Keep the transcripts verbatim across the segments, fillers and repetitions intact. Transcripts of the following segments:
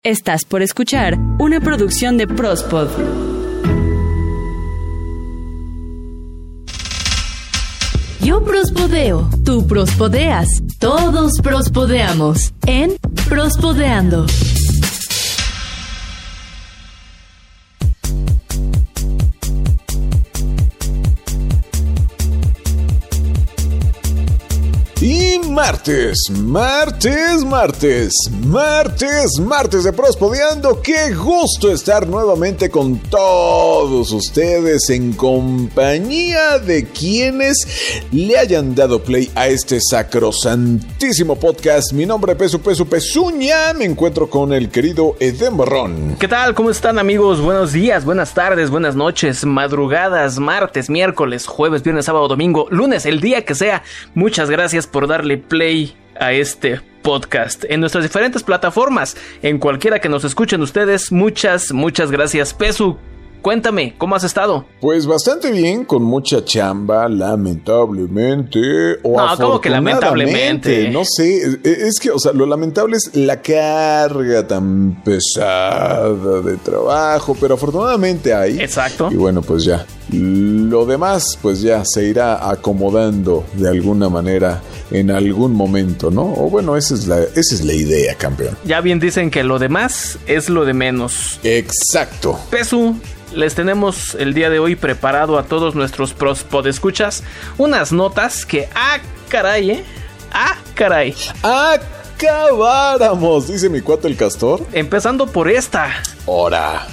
Estás por escuchar una producción de Prospod. Yo prospodeo, tú prospodeas, todos prospodeamos en Prospodeando. Y martes, martes, martes, martes, martes de Prospodeando. Qué gusto estar nuevamente con todos ustedes en compañía de quienes le hayan dado play a este sacrosantísimo podcast. Mi nombre es Pesu Pesu Pezuña. Me encuentro con el querido Edén Barrón. ¿Qué tal? ¿Cómo están, amigos? Buenos días, buenas tardes, buenas noches, madrugadas, martes, miércoles, jueves, viernes, sábado, domingo, lunes, el día que sea. Muchas gracias por darle play a este podcast en nuestras diferentes plataformas, en cualquiera que nos escuchen ustedes. Muchas, muchas gracias. Pesu, cuéntame, ¿cómo has estado? Pues bastante bien, con mucha chamba, lamentablemente. O no, ¿cómo que lamentablemente? No sé, es que, o sea, lo lamentable es la carga tan pesada de trabajo, pero afortunadamente hay. Exacto. Y bueno, pues ya. Lo demás, pues ya se irá acomodando de alguna manera en algún momento, ¿no? O bueno, esa es la, esa es la idea, campeón. Ya bien dicen que lo demás es lo de menos. Exacto. Pesu, les tenemos el día de hoy preparado a todos nuestros podescuchas unas notas que, ah, caray, ¿eh? Ah, caray. Acabáramos, dice mi cuate el castor. Empezando por esta. Ora.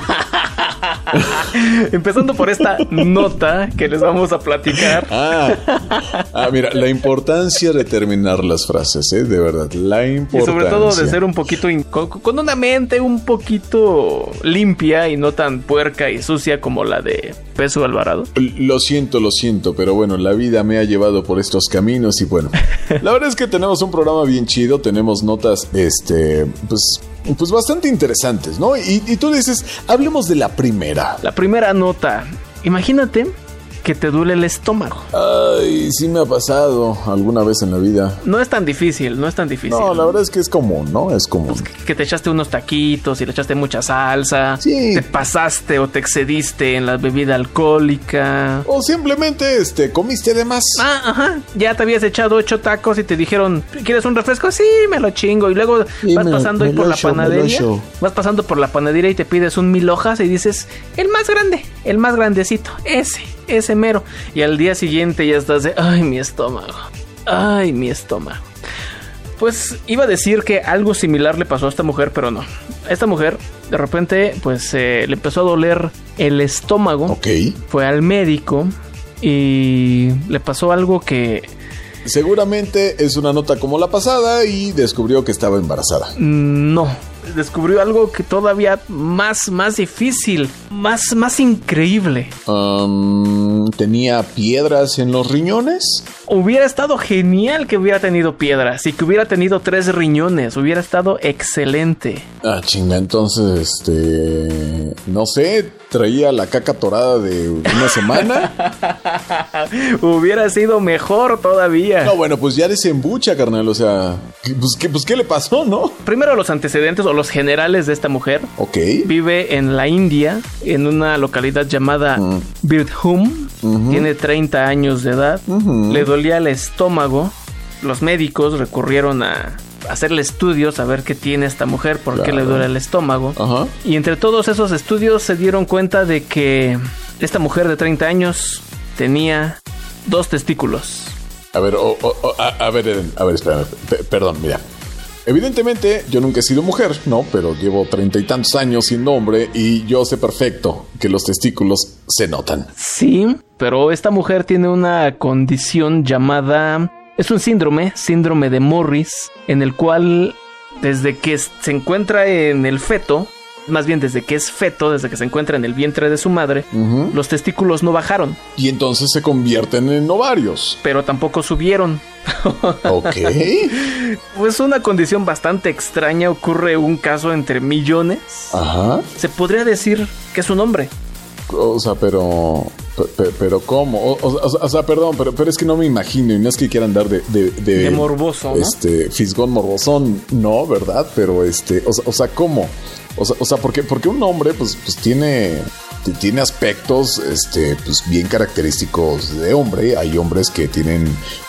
Empezando por esta nota que les vamos a platicar. Ah, ah, mira, la importancia de terminar las frases, ¿eh? De verdad, la importancia. Y sobre todo de ser un poquito, in- con, con una mente un poquito limpia y no tan puerca y sucia como la de Pesu Alvarado. Lo siento, lo siento, pero bueno, la vida me ha llevado por estos caminos y bueno, la verdad es que tenemos un programa bien chido, tenemos notas, este, pues... Pues bastante interesantes, ¿no? Y, y tú dices, hablemos de la primera. La primera nota. Imagínate que te duele el estómago. Ay, sí me ha pasado alguna vez en la vida. No es tan difícil, no es tan difícil. No, la verdad es que es común, ¿no? Es común. Pues que, que te echaste unos taquitos y le echaste mucha salsa. Sí. Te pasaste o te excediste en la bebida alcohólica. O simplemente, este, comiste de más. Ah, ajá. Ya te habías echado ocho tacos y te dijeron, ¿quieres un refresco? Sí, me lo chingo. Y luego Sí, vas me- pasando me ahí por lo la echo, me lo panadería. echo. Vas pasando por la panadería y te pides un mil hojas y dices, el más grande, el más grandecito, ese, ese mero. Y al día siguiente ya estás de, ay, mi estómago, ay, mi estómago. Pues iba a decir que algo similar le pasó a esta mujer, pero no. A esta mujer, de repente, pues eh, le empezó a doler el estómago. Ok. Fue al médico y le pasó algo que Seguramente es una nota como la pasada y descubrió que estaba embarazada. no. Descubrió algo que todavía más, más difícil, más, más increíble. Um, ¿Tenía piedras en los riñones? Hubiera estado genial que hubiera tenido piedras y que hubiera tenido tres riñones. Hubiera estado excelente. Ah, chinga, entonces, este... No sé, traía la caca atorada de una semana. Hubiera sido mejor todavía. No, bueno, pues ya desembucha, carnal, o sea... Pues ¿qué, pues, ¿qué le pasó, no? Primero los antecedentes o los generales de esta mujer. Ok. Vive en la India, en una localidad llamada Mm. Birdhum. Ujú. Tiene treinta años de edad. Ujú. Le dolía el estómago. Los médicos recurrieron a hacerle estudios a ver qué tiene esta mujer, por qué Claro. le duele el estómago. Ajá. Y entre todos esos estudios se dieron cuenta de que esta mujer de treinta años tenía dos testículos. A ver, o- o- o- a, a ver, Eden, a ver, espérame, pe- perdón, mira. Evidentemente, yo nunca he sido mujer, ¿no? Pero llevo treinta y tantos años siendo hombre y yo sé perfecto que los testículos se notan. Sí, pero esta mujer tiene una condición llamada... Es un síndrome, síndrome de Morris, en el cual desde que se encuentra en el feto, más bien desde que es feto, desde que se encuentra en el vientre de su madre, Ujú. los testículos no bajaron, Y entonces se convierten en ovarios. pero tampoco subieron. Ok. Pues una condición bastante extraña, ocurre un caso entre millones. Ajá. Se podría decir que es un hombre. O sea, pero... Pero, pero ¿cómo? O, o, o sea, perdón, pero, pero es que no me imagino, y no es que quiera andar de... De, de, de morboso, ¿no? Este, fisgón morbosón, no, ¿verdad? Pero, este, o, o sea, ¿cómo? O sea, o sea porque, porque un hombre, pues, pues tiene... tiene aspectos este, pues bien característicos de hombre. Hay hombres que tienen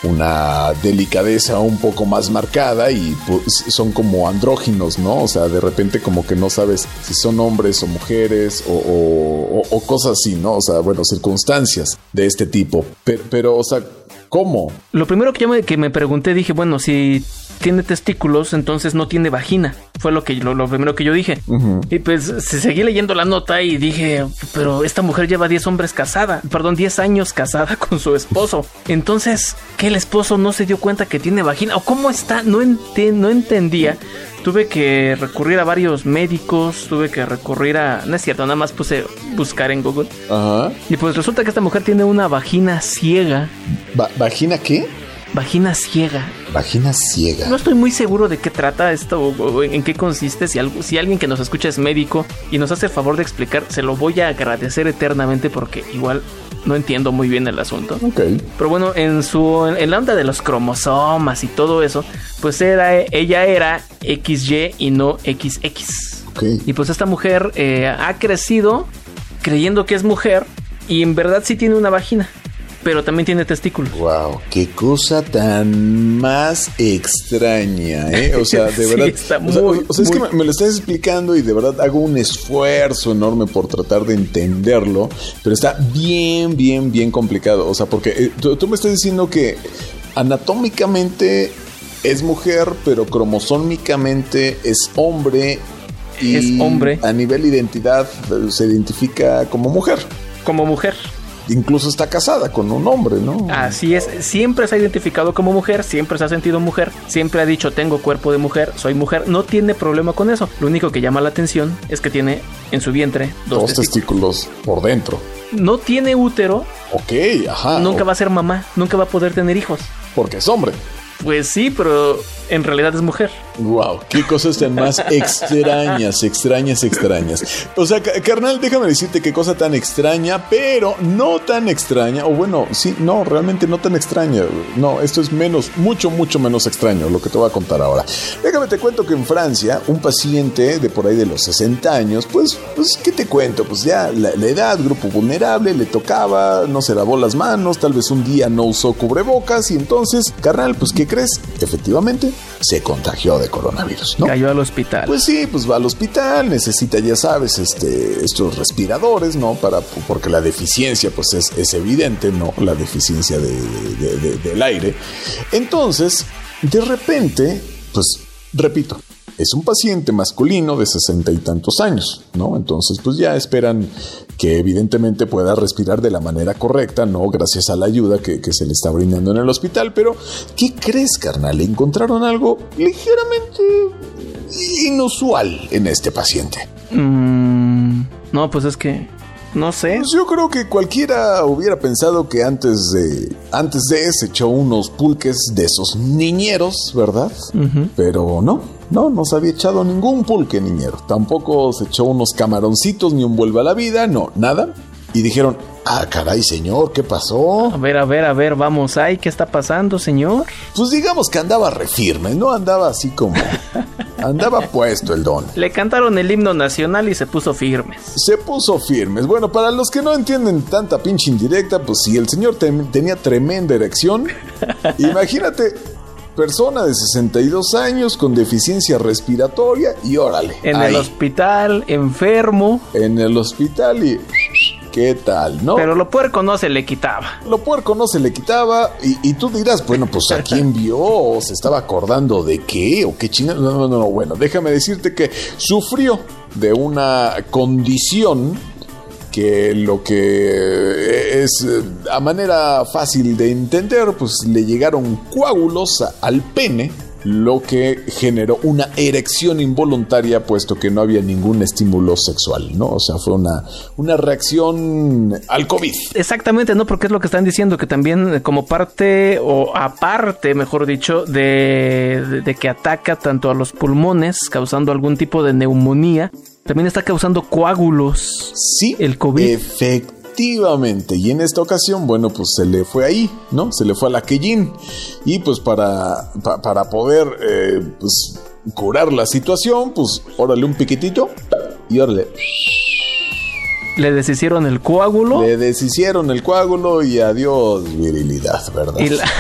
una delicadeza un poco más marcada y pues, son como andróginos, ¿no? O sea, de repente como que no sabes si son hombres o mujeres o, o, o, o cosas así, ¿no? O sea, bueno, circunstancias de este tipo. Pero, pero o sea, ¿cómo? Lo primero que yo me, que me pregunté, dije, bueno, si tiene testículos, entonces no tiene vagina. Fue lo que lo, lo primero que yo dije. Uh-huh. Y pues se seguí leyendo la nota y dije, pero esta mujer lleva diez hombres casada, perdón, diez años casada con su esposo. Entonces, ¿qué el esposo no se dio cuenta que tiene vagina? ¿O cómo está? No, ent- no entendía. Tuve que recurrir a varios médicos, tuve que recurrir a... No es cierto, nada más puse buscar en Google. Ajá. Y pues resulta que esta mujer tiene una vagina ciega. Va- ¿Vagina qué? Vagina ciega. Vagina ciega. No estoy muy seguro de qué trata esto o, o en qué consiste. Si, algo, si alguien que nos escucha es médico y nos hace el favor de explicar, se lo voy a agradecer eternamente porque igual no entiendo muy bien el asunto. Ok. Pero bueno, en su en la onda de los cromosomas y todo eso, pues era ella era equis ye y no equis equis. Ok. Y pues esta mujer eh, ha crecido creyendo que es mujer y en verdad sí tiene una vagina. Pero también tiene testículos. Wow, qué cosa tan más extraña, ¿eh? O sea, de sí, verdad. Está o sea, muy, o sea es muy... que me, me lo estás explicando y de verdad hago un esfuerzo enorme por tratar de entenderlo, pero está bien, bien, bien complicado. O sea, porque eh, tú, tú me estás diciendo que anatómicamente es mujer, pero cromosómicamente es hombre. Y es hombre. A nivel identidad se identifica como mujer. Como mujer. Incluso está casada con un hombre, ¿no? Así es, siempre se ha identificado como mujer, siempre se ha sentido mujer, siempre ha dicho tengo cuerpo de mujer, soy mujer, no tiene problema con eso. Lo único que llama la atención es que tiene en su vientre dos, dos testículos. testículos por dentro. No tiene útero. Ok, ajá. Nunca ok. va a ser mamá, nunca va a poder tener hijos. Porque es hombre. Pues sí, pero en realidad es mujer. Wow, qué cosas tan más extrañas, extrañas, extrañas. O sea, carnal, déjame decirte qué cosa tan extraña, pero no tan extraña. O bueno, sí, no, realmente no tan extraña. No, esto es menos, mucho, mucho menos extraño lo que te voy a contar ahora. Déjame te cuento que en Francia, un paciente de por ahí de los sesenta años, pues, pues ¿qué te cuento? Pues ya la, la edad, grupo vulnerable, le tocaba, no se lavó las manos, tal vez un día no usó cubrebocas y entonces, carnal, pues ¿qué crees? Efectivamente, se contagió de coronavirus, ¿no? Cayó al hospital. Pues sí, pues va al hospital, necesita, ya sabes, este, estos respiradores, ¿no? Para, porque la deficiencia, pues es, es evidente, ¿no? La deficiencia de, de, de, del aire. Entonces, de repente, pues, repito, es un paciente masculino de sesenta y tantos años, ¿no? Entonces, pues ya esperan que evidentemente pueda respirar de la manera correcta, ¿no? Gracias a la ayuda que, que se le está brindando en el hospital. Pero, ¿qué crees, carnal? Encontraron algo ligeramente inusual en este paciente. Mm, no, pues es que... No sé. Pues yo creo que cualquiera hubiera pensado que antes de antes de se echó unos pulques de esos niñeros, ¿verdad? Uh-huh. Pero no, no, no se había echado ningún pulque niñero. Tampoco se echó unos camaroncitos ni un vuelve a la vida, no, nada. Y dijeron, ah, caray, señor, ¿qué pasó? A ver, a ver, a ver, vamos, ay, ¿qué está pasando, señor? Pues digamos que andaba refirme, no andaba así como... Andaba puesto el don. Le cantaron el himno nacional y se puso firmes. Se puso firmes. Bueno, para los que no entienden tanta pinche indirecta, pues si el señor te- tenía tremenda erección, imagínate, persona de sesenta y dos años con deficiencia respiratoria y órale. En ahí, el hospital, enfermo. En el hospital y... ¿Qué tal, no? Pero lo puerco no se le quitaba. Lo puerco no se le quitaba y, y tú dirás, bueno, pues ¿a quién vio? ¿O se estaba acordando de qué? ¿O qué chingada? No, no, no, bueno, déjame decirte que sufrió de una condición que lo que es a manera fácil de entender, pues le llegaron coágulos a, al pene, lo que generó una erección involuntaria, puesto que no había ningún estímulo sexual, ¿no? O sea, fue una, una reacción al COVID. Exactamente, ¿no? Porque es lo que están diciendo, que también como parte, o aparte, mejor dicho, de, de, de que ataca tanto a los pulmones, causando algún tipo de neumonía, también está causando coágulos. Sí, el COVID. Efectivamente. Efectivamente, y en esta ocasión, bueno, pues se le fue ahí, ¿no? Se le fue a la Quellín. Y pues para, pa, para poder, eh, pues, curar la situación, pues, órale un piquitito y órale. Le deshicieron el coágulo. Le deshicieron el coágulo y adiós virilidad, ¿verdad? Y la...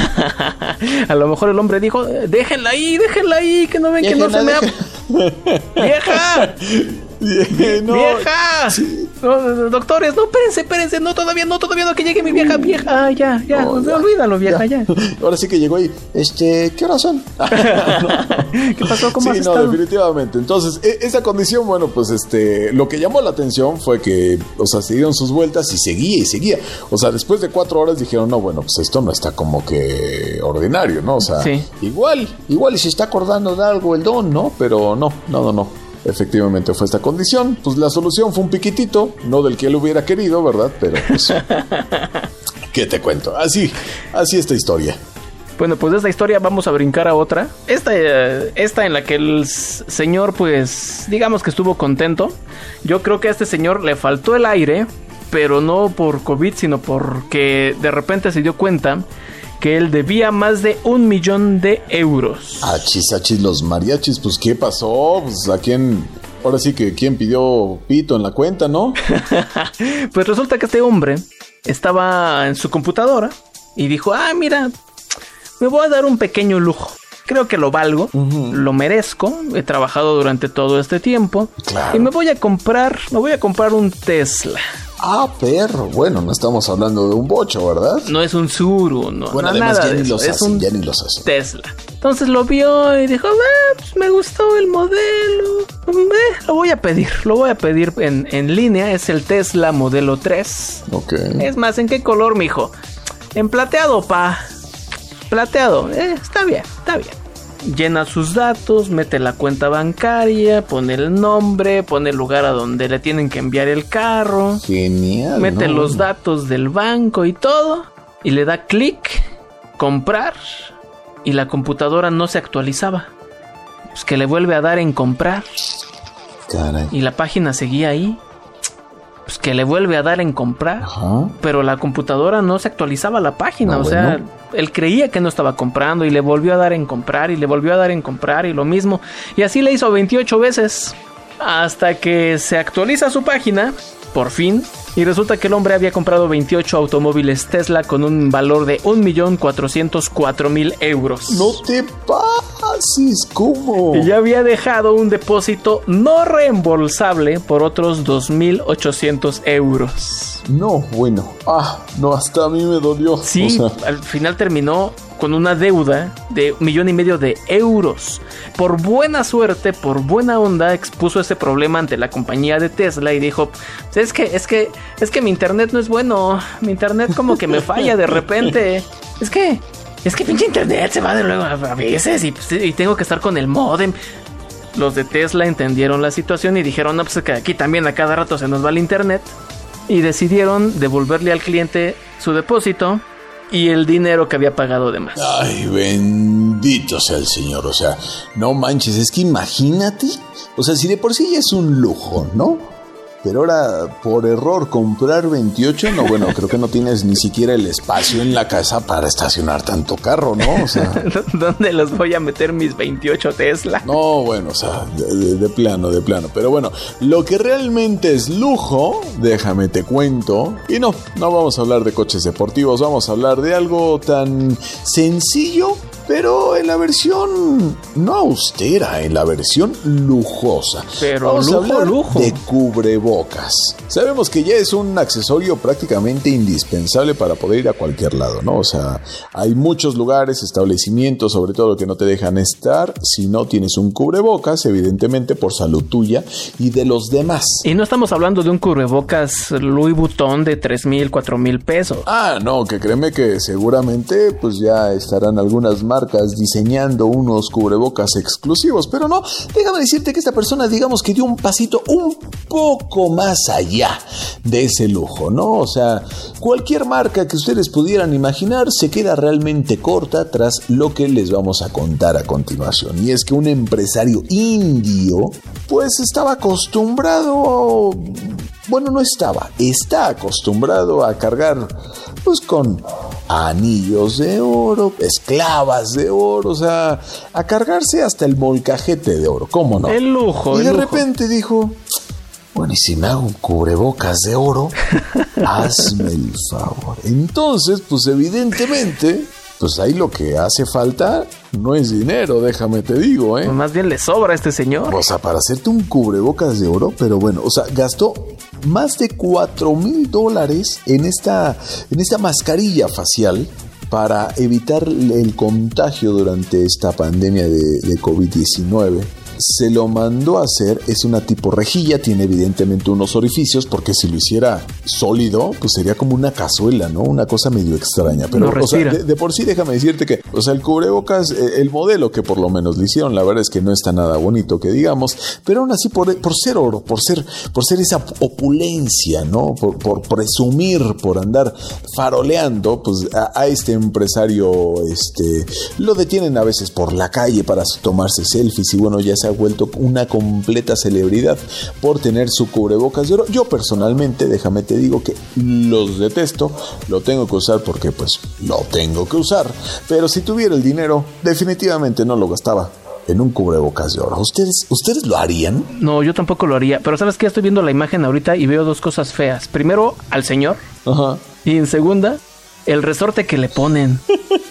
a lo mejor el hombre dijo, déjenla ahí, déjenla ahí, que no ven déjenla, que no se dejen... me ha... ¡Vieja! No, ¡vieja! Sí. No, doctores, no, espérense, espérense, no, todavía no, todavía no, que llegue mi vieja, vieja, ah, ya, ya, no, ya, olvídalo, vieja, ya. ya. Ahora sí que llegó ahí, este, ¿qué horas son? no. ¿Qué pasó? ¿Cómo sí, has no, estado? definitivamente. Entonces, e- esa condición, bueno, pues, este, lo que llamó la atención fue que, o sea, se dieron sus vueltas y seguía y seguía. O sea, después de cuatro horas dijeron, no, bueno, pues esto no está como que ordinario, ¿no? O sea, sí. igual, igual y se está acordando de algo el don, ¿no? Pero no, no, no, no. Efectivamente fue esta condición. Pues la solución fue un piquitito, no del que él hubiera querido, ¿verdad? Pero pues, ¿qué te cuento? Así, así esta historia. Bueno, pues de esta historia vamos a brincar a otra. Esta, esta en la que el señor, pues, digamos que estuvo contento. Yo creo que a este señor le faltó el aire, pero no por COVID, sino porque de repente se dio cuenta que él debía más de un millón de euros. Achis, achis, los mariachis, pues ¿qué pasó? Pues a quién, ahora sí que quién pidió pito en la cuenta, ¿no? Pues resulta que este hombre estaba en su computadora y dijo, ah, mira, me voy a dar un pequeño lujo. Creo que lo valgo, uh-huh. lo merezco, he trabajado durante todo este tiempo. Claro. Y me voy a comprar, me voy a comprar un Tesla. Ah, perro. Bueno, no estamos hablando de un bocho, ¿verdad? No es un Tsuru, no, bueno, no además nada ya de ni eso. los Es hacen, un ya ni los hacen. Tesla. Entonces lo vio y dijo, ah, pues me gustó el modelo, eh, lo voy a pedir, lo voy a pedir en, en línea. Es el Tesla modelo tres. Ok. Es más, ¿en qué color, mijo? En plateado, pa. Plateado, eh, está bien, está bien. Llena sus datos, mete la cuenta bancaria, pone el nombre, pone el lugar a donde le tienen que enviar el carro. Genial. Mete ¿no? los datos del banco y todo. Y le da clic, comprar. Y la computadora no se actualizaba. Pues que le vuelve a dar en comprar. Caray. Y la página seguía ahí. Pues que le vuelve a dar en comprar. Ajá. Pero la computadora no se actualizaba la página. No, o sea, bueno. él creía que no estaba comprando y le volvió a dar en comprar y le volvió a dar en comprar y lo mismo. Y así le hizo veintiocho veces. Hasta que se actualiza su página, por fin. Y resulta que el hombre había comprado veintiocho automóviles Tesla con un valor de un millón cuatrocientos cuatro mil euros. No te pases, ¿cómo? Y ya había dejado un depósito no reembolsable por otros dos mil ochocientos euros. No, bueno. Ah, no, hasta a mí me dolió. Sí, o sea... al final terminó con una deuda de un millón y medio de euros. Por buena suerte, por buena onda, expuso ese problema ante la compañía de Tesla y dijo, es que, es que, es que mi internet no es bueno, mi internet como que me falla de repente, es que, es que pinche internet se va de luego a veces y, y tengo que estar con el módem. Los de Tesla entendieron la situación y dijeron, no, pues que aquí también a cada rato se nos va el internet. Y decidieron devolverle al cliente su depósito y el dinero que había pagado de más. Ay, bendito sea el Señor. O sea, no manches, es que imagínate. O sea, si de por sí ya es un lujo, ¿no? Pero ahora, por error, comprar veintiocho, no, bueno, creo que no tienes ni siquiera el espacio en la casa para estacionar tanto carro, ¿no? O sea, ¿dónde los voy a meter mis veintiocho Tesla? No, bueno, o sea, de, de, de plano, de plano. Pero bueno, lo que realmente es lujo, déjame te cuento. Y no, no vamos a hablar de coches deportivos, vamos a hablar de algo tan sencillo, pero en la versión no austera, en la versión lujosa. Pero vamos lujo, a hablar lujo. de cubrebocas. Sabemos que ya es un accesorio prácticamente indispensable para poder ir a cualquier lado, ¿no? O sea, hay muchos lugares, establecimientos, sobre todo que no te dejan estar si no tienes un cubrebocas, evidentemente por salud tuya y de los demás. Y no estamos hablando de un cubrebocas Louis Vuitton de tres mil, cuatro mil pesos. Ah, no, que créeme que seguramente pues ya estarán algunas marcas diseñando unos cubrebocas exclusivos, pero no, déjame decirte que esta persona, digamos que dio un pasito un poco más allá de ese lujo, ¿no? O sea, cualquier marca que ustedes pudieran imaginar se queda realmente corta tras lo que les vamos a contar a continuación. Y es que un empresario indio, pues estaba acostumbrado bueno, no estaba, está acostumbrado a cargar, pues con anillos de oro, esclavas de oro, o sea, a cargarse hasta el molcajete de oro, ¿cómo no? El lujo. Y el de lujo. repente dijo, bueno, y si me hago un cubrebocas de oro, hazme el favor. Entonces, pues evidentemente, pues ahí lo que hace falta no es dinero, déjame te digo, ¿eh? Pues más bien le sobra a este señor. O sea, para hacerte un cubrebocas de oro, pero bueno, o sea, gastó más de cuatro mil dólares en esta, en esta mascarilla facial para evitar el contagio durante esta pandemia de, de covid diecinueve. Se lo mandó a hacer, es una tipo rejilla, tiene evidentemente unos orificios, porque si lo hiciera sólido, pues sería como una cazuela, ¿no? Una cosa medio extraña. Pero, no o sea, respira. de, de por sí, déjame decirte que, o sea, el cubrebocas, eh, el modelo que por lo menos le hicieron, la verdad es que no está nada bonito, que digamos, pero aún así, por, por ser oro, por ser, por ser esa opulencia, ¿no? Por, por presumir, por andar faroleando, pues a, a este empresario, este, lo detienen a veces por la calle para tomarse selfies y bueno, ya se ha vuelto una completa celebridad por tener su cubrebocas de oro. Yo personalmente, déjame te digo que los detesto, lo tengo que usar porque pues lo tengo que usar, pero si tuviera el dinero, definitivamente no lo gastaba en un cubrebocas de oro. ¿Ustedes, ustedes lo harían? No, yo tampoco lo haría. Pero ¿sabes qué? Estoy viendo la imagen ahorita y veo dos cosas feas. Primero, al señor. Ajá. Y en segunda, el resorte que le ponen.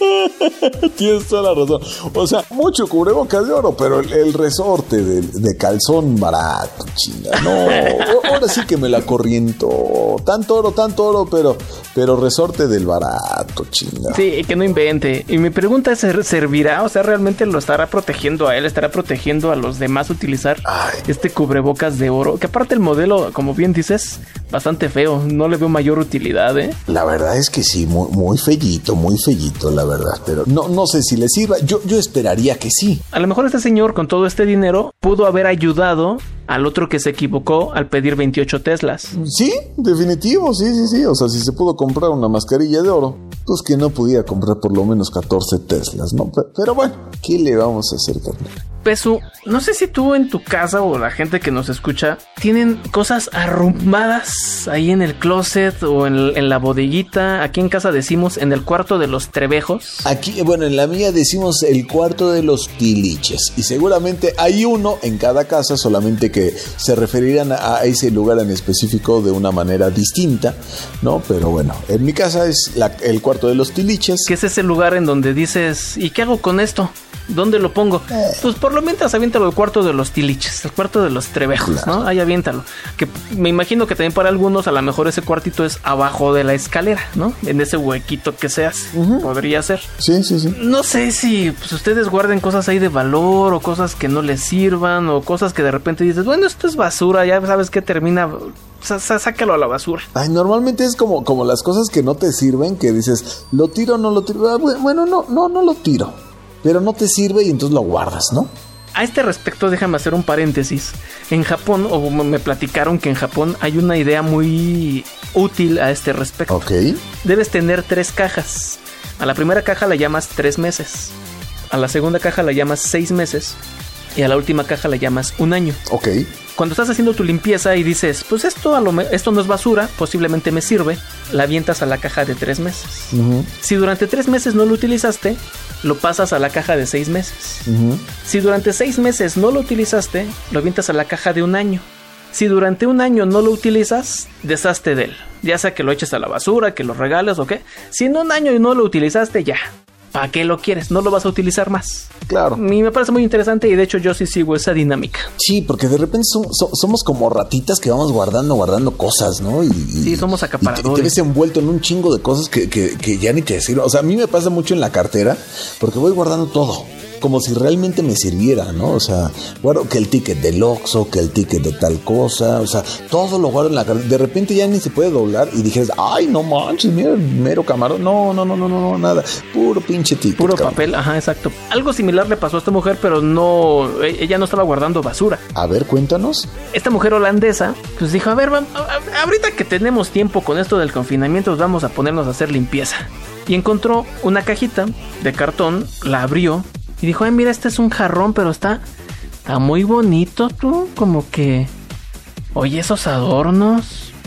Tienes toda la razón. O sea, mucho cubrebocas de oro, pero el, el resorte de, de calzón barato, chinga. No, ahora sí que me la corriento. Tanto oro, tanto oro, pero, pero resorte del barato, chinga. Sí, que no invente. Y mi pregunta es, ¿servirá? O sea, ¿realmente lo estará protegiendo a él? ¿Estará protegiendo a los demás utilizar Ay. este cubrebocas de oro? Que aparte el modelo, como bien dices, bastante feo. No le veo mayor utilidad, ¿eh? La verdad es que sí, muy, muy fellito, muy fellito, la verdad. Pero no, no sé si le sirva. Yo, yo esperaría que sí. A lo mejor este señor, con todo este dinero, pudo haber ayudado al otro que se equivocó al pedir veintiocho Teslas. Sí, definitivo, sí, sí, sí. O sea, si se pudo comprar una mascarilla de oro, pues que no pudiera comprar por lo menos catorce Teslas, ¿no? Pero, pero bueno, ¿qué le vamos a hacer, carnal? Pesu, no sé si tú en tu casa o la gente que nos escucha tienen cosas arrumbadas ahí en el closet o en, en la bodeguita. Aquí en casa decimos en el cuarto de los trebejos. Aquí, bueno, en la mía decimos el cuarto de los tiliches. Y seguramente hay uno en cada casa, solamente que se referirán a ese lugar en específico de una manera distinta, ¿no? Pero bueno, en mi casa es la, el cuarto de los tiliches. Que es ese lugar en donde dices, ¿y qué hago con esto? ¿Dónde lo pongo? Eh. Pues por lo mientras aviéntalo al cuarto de los tiliches, el cuarto de los trebejos, claro. ¿no? Ahí aviéntalo. Que me imagino que también para algunos a lo mejor ese cuartito es abajo de la escalera, ¿no? En ese huequito que se hace. Uh-huh. Podría ser. Sí, sí, sí. No sé si pues, ustedes guarden cosas ahí de valor o cosas que no les sirvan o cosas que de repente dices, bueno, esto es basura, ya sabes que termina... Sá, sácalo a la basura. Ay, normalmente es como, como las cosas que no te sirven, que dices, ¿lo tiro o no lo tiro? Ah, bueno, no, no, no lo tiro. Pero no te sirve y entonces lo guardas, ¿no? A este respecto, déjame hacer un paréntesis. En Japón, o me platicaron que en Japón hay una idea muy útil a este respecto. Ok. Debes tener tres cajas. A la primera caja la llamas tres meses. A la segunda caja la llamas seis meses. Y a la última caja la llamas un año. Ok. Cuando estás haciendo tu limpieza y dices, pues esto, a lo me- esto no es basura, posiblemente me sirve, la avientas a la caja de tres meses. Uh-huh. Si durante tres meses no lo utilizaste, lo pasas a la caja de seis meses. Uh-huh. Si durante seis meses no lo utilizaste, lo avientas a la caja de un año. Si durante un año no lo utilizas, deshazte de él. Ya sea que lo eches a la basura, que lo regales o qué. Si en un año no lo utilizaste, ya. ¿Para qué lo quieres? No lo vas a utilizar más. Claro. Y me parece muy interesante y de hecho yo sí sigo esa dinámica. Sí, porque de repente so, so, somos como ratitas que vamos guardando, guardando cosas, ¿no? Y, sí, somos acaparadores. Y te, te ves envuelto en un chingo de cosas que, que, que ya ni te sirven. O sea, a mí me pasa mucho en la cartera porque voy guardando todo. Como si realmente me sirviera, ¿no? O sea, guardo que el ticket del Oxxo, que el ticket de tal cosa, o sea, todo lo guardo en la cartera. De repente ya ni se puede doblar y dijeras, ay, no manches, mira el mero camarón. No, no, no, no, no, no, nada. Puro pinche ticket. Puro cabrón. Papel, ajá, exacto. Algo similar le pasó a esta mujer, pero no, ella no estaba guardando basura. A ver, cuéntanos. Esta mujer holandesa, pues dijo, a ver, vamos, a, ahorita que tenemos tiempo con esto del confinamiento, vamos a ponernos a hacer limpieza. Y encontró una cajita de cartón, la abrió. Y dijo, ay, mira, este es un jarrón, pero está, está muy bonito, tú. Como que, oye, esos adornos,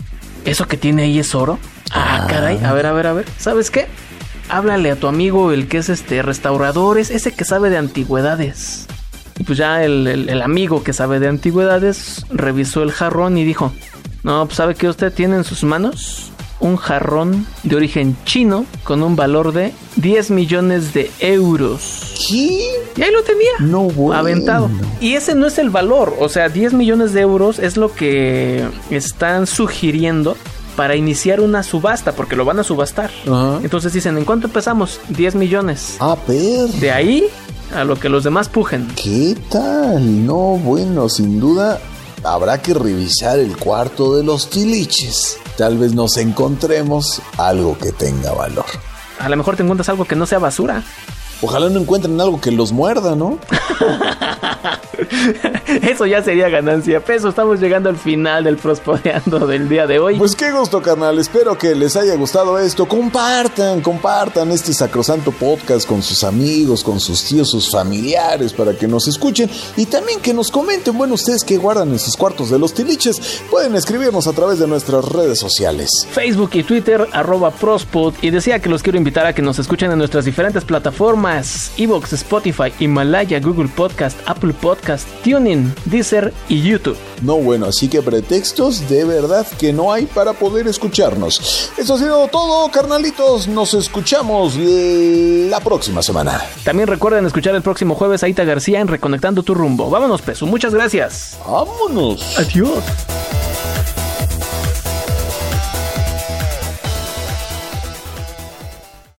¿eso que tiene ahí es oro? Ah, caray, a ver, a ver, a ver, ¿sabes qué? Háblale a tu amigo, el que es este restauradores, ese que sabe de antigüedades. Y pues ya el, el, el amigo que sabe de antigüedades revisó el jarrón y dijo, no, pues ¿sabe qué usted tiene en sus manos? Un jarrón de origen chino con un valor de diez millones de euros. ¿Qué? Y ahí lo tenía. No, bueno. Aventado. Y ese no es el valor. O sea, diez millones de euros es lo que están sugiriendo para iniciar una subasta, porque lo van a subastar. Ajá. Entonces dicen, ¿en cuánto empezamos? diez millones. A ver. De ahí a lo que los demás pujen. ¿Qué tal? No, bueno, sin duda habrá que revisar el cuarto de los tiliches. Tal vez nos encontremos algo que tenga valor. A lo mejor te encuentras algo que no sea basura. Ojalá no encuentren algo que los muerda, ¿no? Eso ya sería ganancia. Peso, estamos llegando al final del Prospodeando del día de hoy. Pues qué gusto, carnal. Espero que les haya gustado esto. Compartan, compartan este sacrosanto podcast con sus amigos, con sus tíos, sus familiares, para que nos escuchen. Y también que nos comenten, bueno, ustedes que guardan en sus cuartos de los tiliches, pueden escribirnos a través de nuestras redes sociales. Facebook y Twitter, arroba Prospod. Y decía que los quiero invitar a que nos escuchen en nuestras diferentes plataformas. iVoox, Spotify, Himalaya, Google Podcast, Apple Podcast, TuneIn, Deezer y YouTube. No, bueno, así que pretextos de verdad que no hay para poder escucharnos. Eso ha sido todo, carnalitos. Nos escuchamos la próxima semana. También recuerden escuchar el próximo jueves a Ita García en Reconectando tu Rumbo. Vámonos, Peso. Muchas gracias. Vámonos. Adiós.